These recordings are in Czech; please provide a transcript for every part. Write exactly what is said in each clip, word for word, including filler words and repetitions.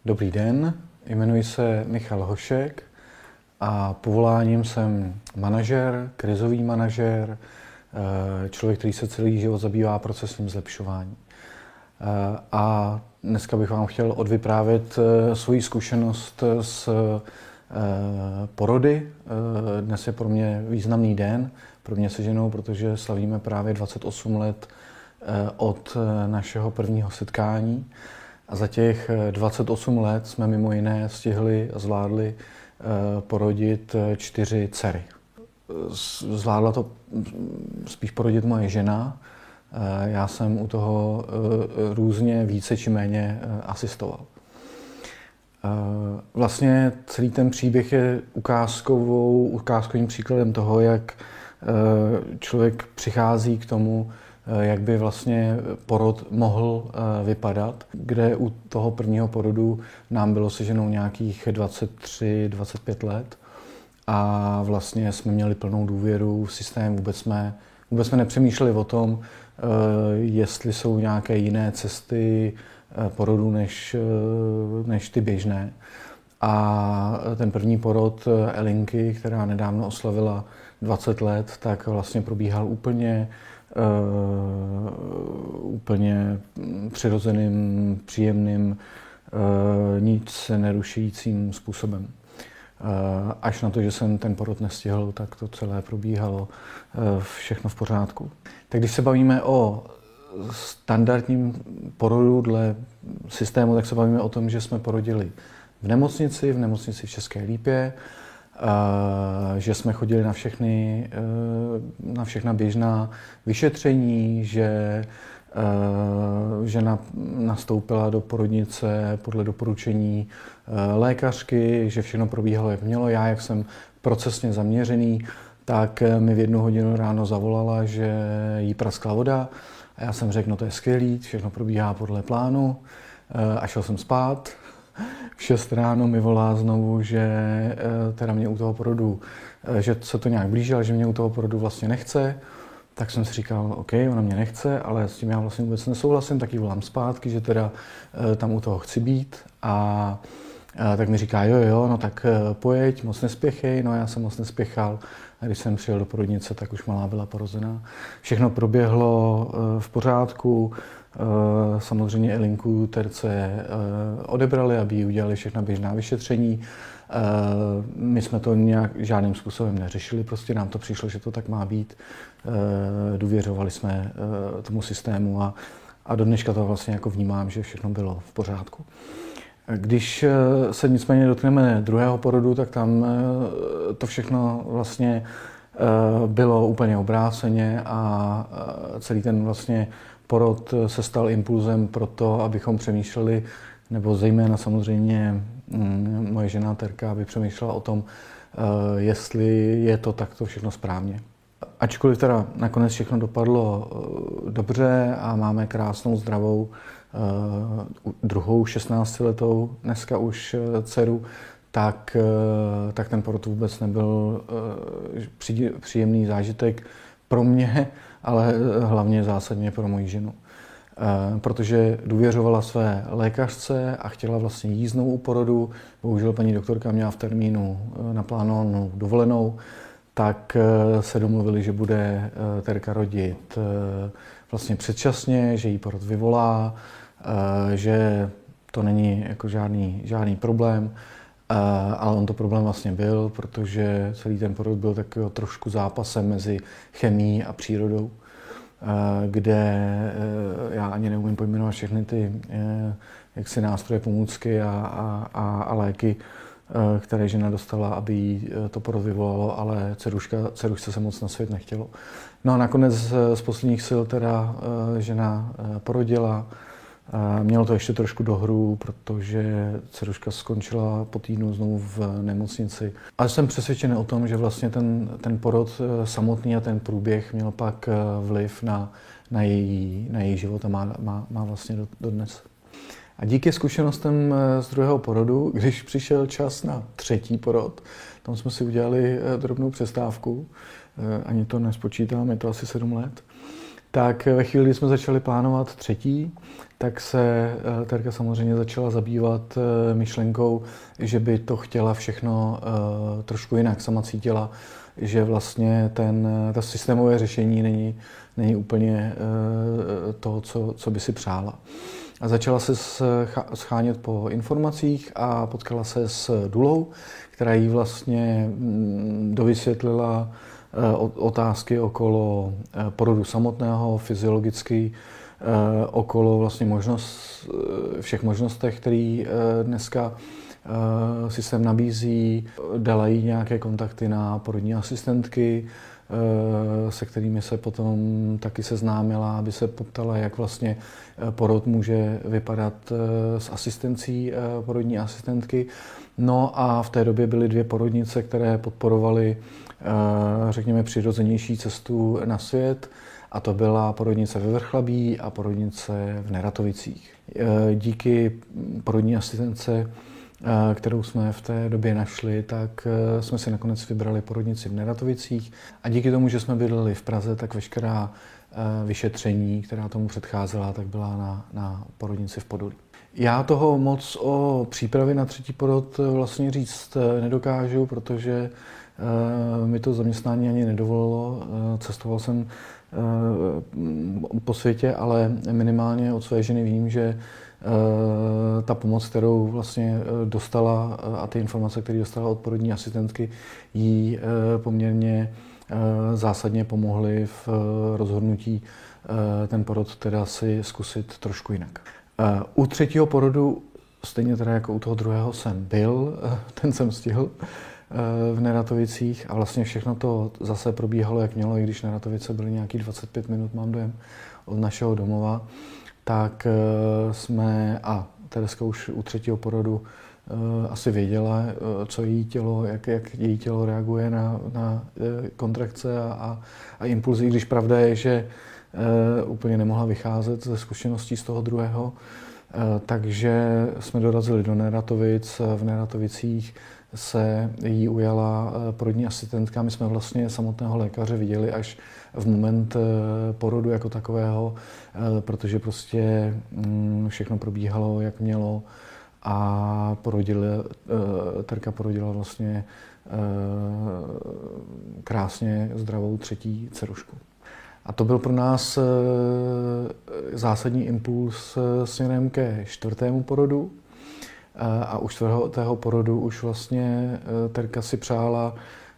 Dobrý den, jmenuji se Michal Hošek a povoláním jsem manažer, krizový manažer, člověk, který se celý život zabývá procesním zlepšováním. A dneska bych vám chtěl odvyprávět svoji zkušenost z porody. Dnes je pro mě významný den, pro mě se ženou, protože slavíme právě dvacet osm let od našeho prvního setkání. A za těch dvacet osm let jsme mimo jiné stihli a zvládli porodit čtyři dcery. Zvládla to spíš porodit moje žena. Já jsem u toho různě více či méně asistoval. Vlastně celý ten příběh je ukázkovou, ukázkovým příkladem toho, jak člověk přichází k tomu, jak by vlastně porod mohl vypadat, kde u toho prvního porodu nám bylo se ženou nějakých dvacet tři dvacet pět let a vlastně jsme měli plnou důvěru v systém, vůbec jsme, vůbec jsme nepřemýšleli o tom, jestli jsou nějaké jiné cesty porodu než, než ty běžné. A ten první porod Elinky, která nedávno oslavila dvacet let, tak vlastně probíhal úplně Uh, úplně přirozeným, příjemným, uh, nic nerušujícím způsobem. Uh, až na to, že jsem ten porod nestihl, tak to celé probíhalo uh, všechno v pořádku. Tak když se bavíme o standardním porodu dle systému, tak se bavíme o tom, že jsme porodili v nemocnici, v nemocnici v České Lípě, Uh, že jsme chodili na všechny, uh, na všechna běžná vyšetření, že uh, žena nastoupila do porodnice podle doporučení uh, lékařky, že všechno probíhalo, jak mělo. Já, jak jsem procesně zaměřený, tak mi v jednu hodinu ráno zavolala, že jí praskla voda. A já jsem řekl, no to je skvělý, všechno probíhá podle plánu. Uh, a šel jsem spát. V šest ráno mi volá znovu, že teda mě u toho porodu, že se to nějak blíží, ale že mě u toho porodu vlastně nechce. Tak jsem si říkal, OK, ona mě nechce, ale s tím já vlastně vůbec nesouhlasím, tak ji volám zpátky, že teda tam u toho chci být. A, a tak mi říká, jo, jo, no tak pojeď, moc nespěchej, no já jsem moc nespěchal. A když jsem přijel do porodnice, tak už malá byla porozená. Všechno proběhlo v pořádku. Samozřejmě Elinku terce odebrali, aby jí udělali všechna běžná vyšetření. My jsme to nějak žádným způsobem neřešili, prostě nám to přišlo, že to tak má být. Důvěřovali jsme tomu systému a, a do dneška to vlastně jako vnímám, že všechno bylo v pořádku. Když se nicméně dotkneme druhého porodu, tak tam to všechno vlastně bylo úplně obráceně a celý ten vlastně porod se stal impulzem pro to, abychom přemýšleli, nebo zejména samozřejmě moje žena Terka, aby přemýšlela o tom, jestli je to takto všechno správně. Ačkoliv teda nakonec všechno dopadlo dobře a máme krásnou, zdravou druhou šestnáctiletou, dneska už dceru, tak, tak ten porod vůbec nebyl příjemný zážitek pro mě, ale hlavně zásadně pro moji ženu. Protože důvěřovala své lékařce a chtěla vlastně jí znovu u porodu. Bohužel paní doktorka měla v termínu naplánovanou dovolenou, tak se domluvili, že bude Terka rodit vlastně předčasně, že jí porod vyvolá, že to není jako žádný, žádný problém. Ale on to problém vlastně byl, protože celý ten porod byl takový trošku zápasem mezi chemií a přírodou, kde já ani neumím pojmenovat všechny ty jaksi nástroje, pomůcky a, a, a léky, které žena dostala, aby jí to porod vyvolalo, ale dceruška, dcerušce se moc na svět nechtělo. No a nakonec z posledních sil teda žena porodila. Mělo to ještě trošku dohru, protože dceruška skončila po týdnu znovu v nemocnici. Ale jsem přesvědčen o tom, že vlastně ten, ten porod samotný a ten průběh měl pak vliv na, na, její, na její život a má, má, má vlastně do, dodnes. A díky zkušenostem z druhého porodu, když přišel čas na třetí porod, tam jsme si udělali drobnou přestávku, ani to nespočítám, je to asi sedm let, Tak ve chvíli, kdy jsme začali plánovat třetí, tak se Terka samozřejmě začala zabývat myšlenkou, že by to chtěla všechno trošku jinak. Sama cítila, že vlastně ten, ta systémové řešení není, není úplně to, co, co by si přála. A začala se schánět po informacích a potkala se s Dulou, která jí vlastně dovysvětlila otázky okolo porodu samotného, fyziologicky, okolo vlastně možnost, všech možnostech, které dneska systém nabízí. Dala jí nějaké kontakty na porodní asistentky, se kterými se potom taky seznámila, aby se poptala, jak vlastně porod může vypadat s asistencí porodní asistentky. No a v té době byly dvě porodnice, které podporovaly, řekněme, přirozenější cestu na svět, a to byla porodnice ve Vrchlabí a porodnice v Neratovicích. Díky porodní asistence, kterou jsme v té době našli, tak jsme si nakonec vybrali porodnici v Neratovicích a díky tomu, že jsme bydleli v Praze, tak veškerá vyšetření, která tomu předcházela, tak byla na, na porodnici v Podolí. Já toho moc o přípravě na třetí porod vlastně říct nedokážu, protože mi to zaměstnání ani nedovolilo. Cestoval jsem po světě, ale minimálně od své ženy vím, že ta pomoc, kterou vlastně dostala, a ty informace, které dostala od porodní asistentky, jí poměrně zásadně pomohly v rozhodnutí ten porod teda si zkusit trošku jinak. U třetího porodu, stejně teda jako u toho druhého, jsem byl, ten jsem stihl v Neratovicích a vlastně všechno to zase probíhalo, jak mělo, i když Neratovice byly nějaký dvacet pět minut, mám dojem, od našeho domova, tak jsme, a Tereska už u třetího porodu asi věděla, co její tělo, jak, jak její tělo reaguje na, na kontrakce a, a, a impulzy, když pravda je, že úplně nemohla vycházet ze zkušeností z toho druhého. Takže jsme dorazili do Neratovic. V Neratovicích se jí ujala porodní asistentka. My jsme vlastně samotného lékaře viděli až v moment porodu jako takového, protože prostě všechno probíhalo, jak mělo, a porodila, Terka porodila vlastně krásně zdravou třetí dcerušku. A to byl pro nás zásadní impuls směrem ke čtvrtému porodu. A u čtvrtého porodu už vlastně Terka si přála,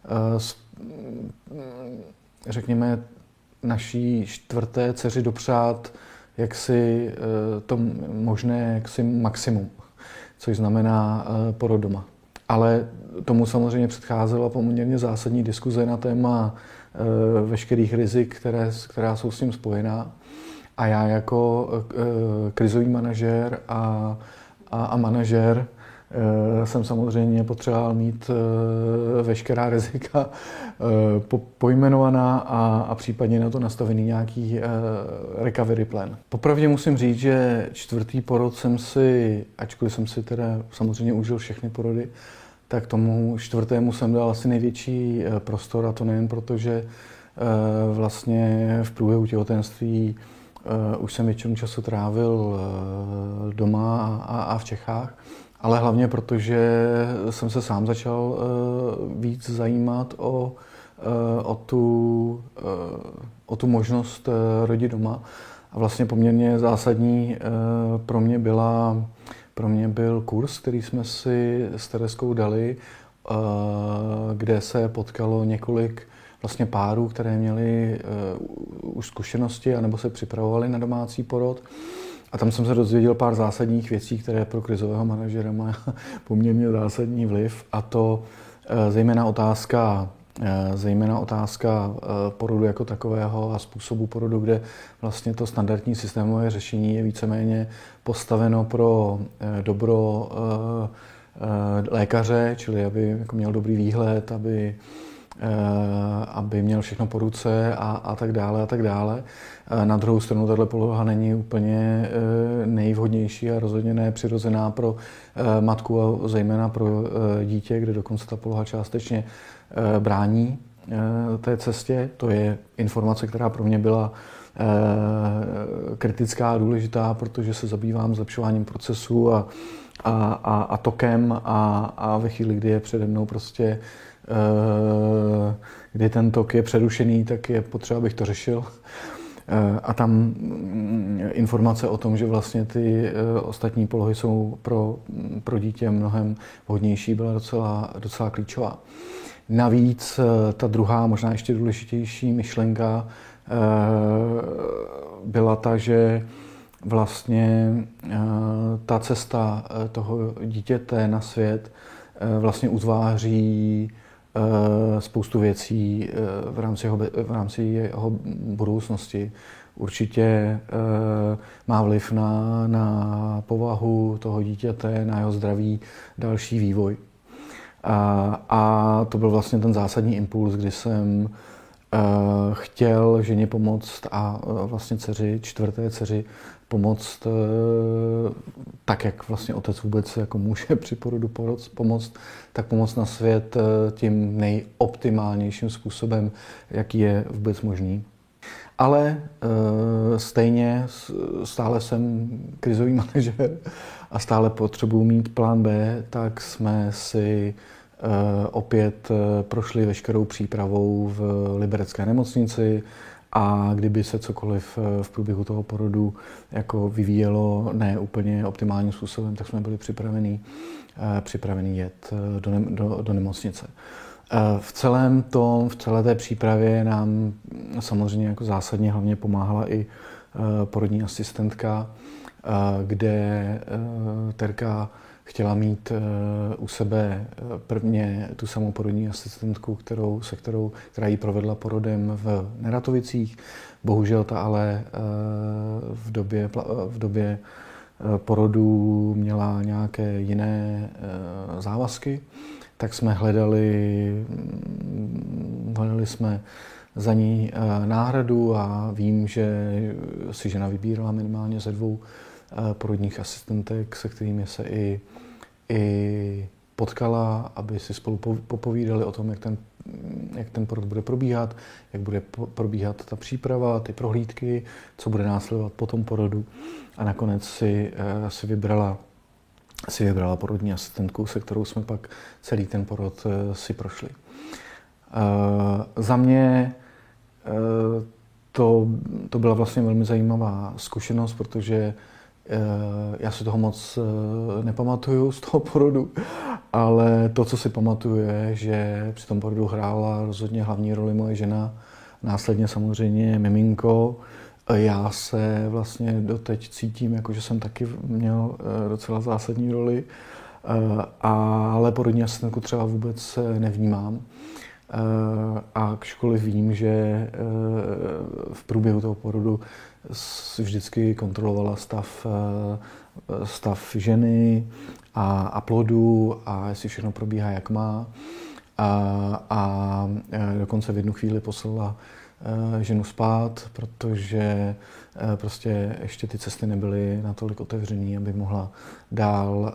řekněme, naší čtvrté dceři dopřát jaksi to možné jaksi maximum, což znamená porod doma. Ale tomu samozřejmě předcházela poměrně zásadní diskuze na téma veškerých rizik, které, která jsou s tím spojená. A já jako krizový manažer a, a, a manažer jsem samozřejmě potřeboval mít veškerá rizika po, pojmenovaná a, a případně na to nastavený nějaký recovery plan. Popravdě musím říct, že čtvrtý porod jsem si, ačkoliv jsem si teda samozřejmě užil všechny porody, tak tomu čtvrtému jsem dal asi největší prostor, a to nejen proto, že vlastně v průběhu těhotenství už jsem většinu času trávil doma a v Čechách, ale hlavně proto, že jsem se sám začal víc zajímat o, o, tu, o tu možnost rodit doma. A vlastně poměrně zásadní pro mě byla Pro mě byl kurz, který jsme si s Tereskou dali, kde se potkalo několik vlastně párů, které měly už zkušenosti anebo se připravovali na domácí porod. A tam jsem se dozvěděl pár zásadních věcí, které pro krizového manažera má poměrně zásadní vliv. A to zejména otázka zejména otázka porodu jako takového a způsobu porodu, kde vlastně to standardní systémové řešení je víceméně postaveno pro dobro lékaře, čili aby jako měl dobrý výhled, aby, aby měl všechno po ruce a, a tak dále a tak dále. Na druhou stranu tato poloha není úplně nejvhodnější a rozhodně nepřirozená pro matku a zejména pro dítě, kde dokonce ta poloha částečně brání té cestě. To je informace, která pro mě byla kritická a důležitá, protože se zabývám zlepšováním procesu a, a, a, a tokem a, a ve chvíli, kdy je přede mnou prostě, kdy ten tok je přerušený, tak je potřeba, abych to řešil. A tam informace o tom, že vlastně ty ostatní polohy jsou pro, pro dítě mnohem vhodnější, byla docela, docela klíčová. Navíc ta druhá, možná ještě důležitější myšlenka byla ta, že vlastně ta cesta toho dítěte na svět vlastně utváří spoustu věcí v rámci jeho, v rámci jeho budoucnosti. Určitě má vliv na, na povahu toho dítěte, na jeho zdraví, další vývoj. A, a to byl vlastně ten zásadní impuls, kdy jsem chtěl ženě pomoct a vlastně dceři, čtvrté dceři pomoct tak, jak vlastně otec vůbec jako může při porodu pomoct, tak pomoct na svět tím nejoptimálnějším způsobem, jaký je vůbec možný. Ale stejně stále jsem krizový manažer a stále potřebuji mít plán B, tak jsme si opět prošli veškerou přípravou v liberecké nemocnici a kdyby se cokoliv v průběhu toho porodu jako vyvíjelo ne úplně optimálním způsobem, tak jsme byli připraveni, připraveni jet do, ne, do, do nemocnice. V celém tom, v celé té přípravě nám samozřejmě jako zásadně hlavně pomáhala i porodní asistentka, kde Terka chtěla mít u sebe prvně tu samou porodní asistentku, kterou, se kterou, která jí provedla porodem v Neratovicích. Bohužel ta ale v době, v době porodu měla nějaké jiné závazky, tak jsme hledali, hledali jsme za ní náhradu a vím, že si žena vybírala minimálně ze dvou porodních asistentek, se kterými se i, i potkala, aby si spolu popovídali o tom, jak ten, jak ten porod bude probíhat, jak bude probíhat ta příprava, ty prohlídky, co bude následovat po tom porodu. A nakonec si, si, vybrala, si vybrala porodní asistentku, se kterou jsme pak celý ten porod si prošli. Za mě to, to byla vlastně velmi zajímavá zkušenost, protože já si toho moc nepamatuju z toho porodu, ale to, co si pamatuju, je, že při tom porodu hrála rozhodně hlavní roli moje žena, následně samozřejmě miminko. Já se vlastně doteď cítím, jako že jsem taky měl docela zásadní roli, ale porodní asistentku třeba vůbec nevnímám. A ačkoliv vím, že v průběhu toho porodu vždycky kontrolovala stav, stav ženy a, a plodu a jestli všechno probíhá, jak má. A, a dokonce v jednu chvíli poslala ženu spát, protože prostě ještě ty cesty nebyly natolik otevřený, aby mohla dál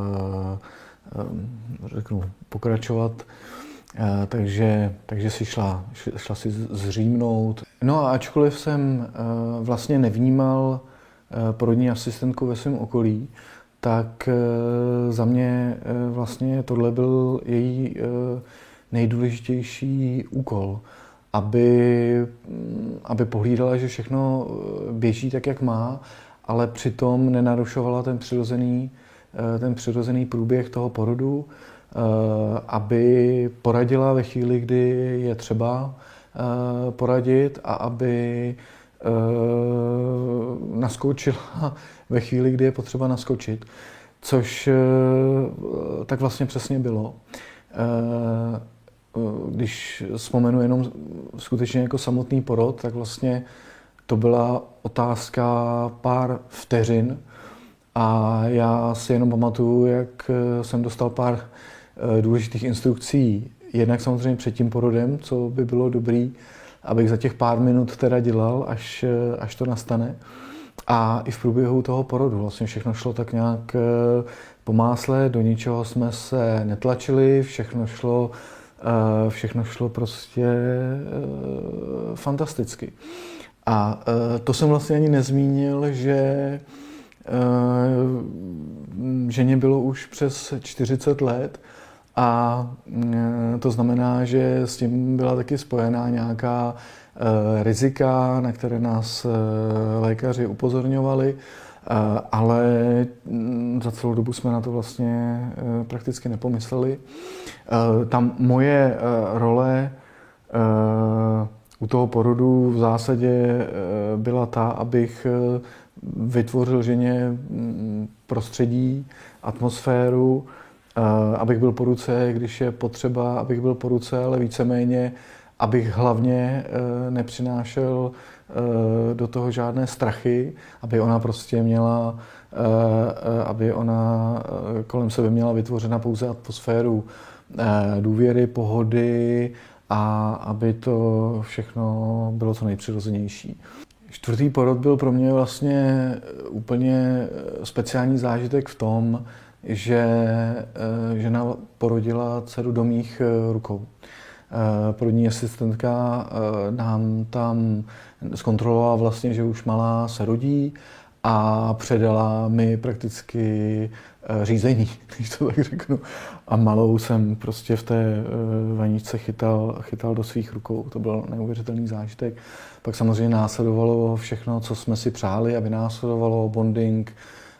řeknu, pokračovat. Takže, takže si šla, šla si zřímnout. No a ačkoliv jsem vlastně nevnímal porodní asistentku ve svém okolí, tak za mě vlastně tohle byl její nejdůležitější úkol, aby, aby pohlídala, že všechno běží tak, jak má, ale přitom nenarušovala ten přirozený, ten přirozený průběh toho porodu, aby poradila ve chvíli, kdy je třeba poradit a aby naskočila ve chvíli, kdy je potřeba naskočit, což tak vlastně přesně bylo. Když vzpomenu jenom skutečně jako samotný porod, tak vlastně to byla otázka pár vteřin a já si jenom pamatuju, jak jsem dostal pár důležitých instrukcí, jednak samozřejmě před tím porodem, co by bylo dobrý, abych za těch pár minut teda dělal, až, až to nastane. A i v průběhu toho porodu vlastně všechno šlo tak nějak po másle, do ničeho jsme se netlačili, všechno šlo, všechno šlo prostě fantasticky. A to jsem vlastně ani nezmínil, že ženě bylo už přes čtyřicet let a to znamená, že s tím byla taky spojená nějaká rizika, na které nás lékaři upozorňovali, ale za celou dobu jsme na to vlastně prakticky nepomysleli. Tam moje role u toho porodu v zásadě byla ta, abych vytvořil ženě prostředí, atmosféru, abych byl po ruce, když je potřeba, abych byl po ruce, ale víceméně, abych hlavně nepřinášel do toho žádné strachy, aby ona prostě měla, aby ona kolem sebe měla vytvořena pouze atmosféru důvěry, pohody a aby to všechno bylo co nejpřirozenější. Čtvrtý porod byl pro mě vlastně úplně speciální zážitek v tom, že žena porodila dceru do mých rukou. Porodní asistentka nám tam zkontrolovala vlastně, že už malá se rodí a předala mi prakticky řízení, když to tak řeknu. A malou jsem prostě v té vaničce chytal, chytal do svých rukou. To byl neuvěřitelný zážitek. Pak samozřejmě následovalo všechno, co jsme si přáli, aby následovalo bonding,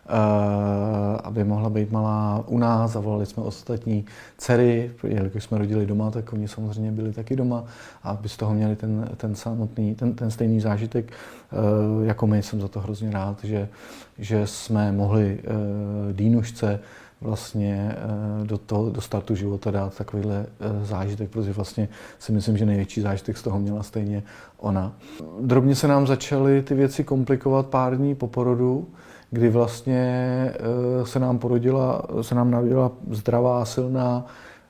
aby mohla být malá u nás. Zavolali jsme ostatní dcery, jelikož jsme rodili doma, tak oni samozřejmě byli taky doma. A aby z toho měli ten, ten samotný, ten, ten stejný zážitek, jako my, jsem za to hrozně rád, že, že jsme mohli Dýnušce vlastně do, toho, do startu života dát takovýhle zážitek, protože vlastně si myslím, že největší zážitek z toho měla stejně ona. Drobně se nám začaly ty věci komplikovat pár dní po porodu, kdy vlastně se nám porodila, se nám narodila zdravá, silná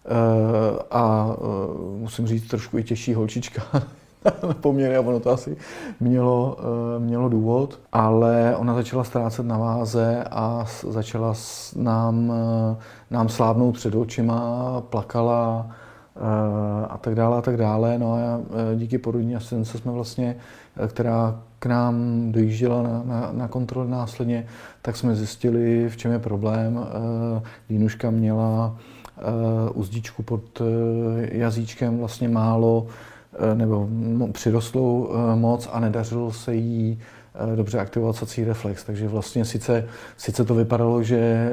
a musím říct trošku i těžší holčička na poměry, a ono to asi mělo, mělo důvod, ale ona začala ztrácet na váze a začala nám, nám slábnout před očima, plakala a tak dále a tak dále. No a díky porodní asistence jsme vlastně, která k nám dojížděla na, na, na kontrolu následně, tak jsme zjistili, v čem je problém. Dýnuška měla uzdičku pod jazyčkem vlastně málo, nebo přirostlou moc a nedařilo se jí dobře aktivovat sací reflex. Takže vlastně sice, sice to vypadalo, že,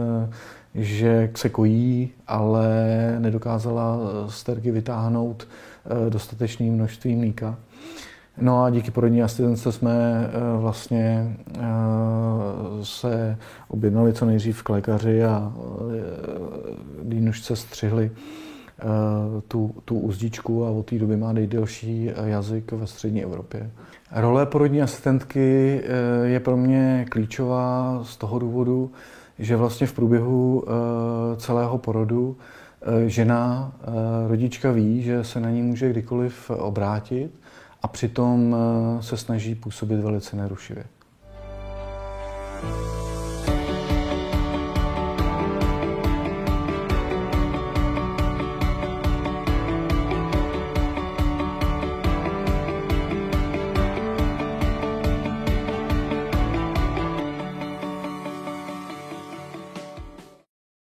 že se kojí, ale nedokázala z terky vytáhnout dostatečné množství mlíka. No a díky porodní asistence jsme vlastně se objednali co nejdřív k lékaři a Dýnušce střihli tu, tu uzdičku a od té doby má nejdelší jazyk ve střední Evropě. Role porodní asistentky je pro mě klíčová z toho důvodu, že vlastně v průběhu celého porodu žena, rodička ví, že se na ní může kdykoliv obrátit a přitom se snaží působit velice nerušivě.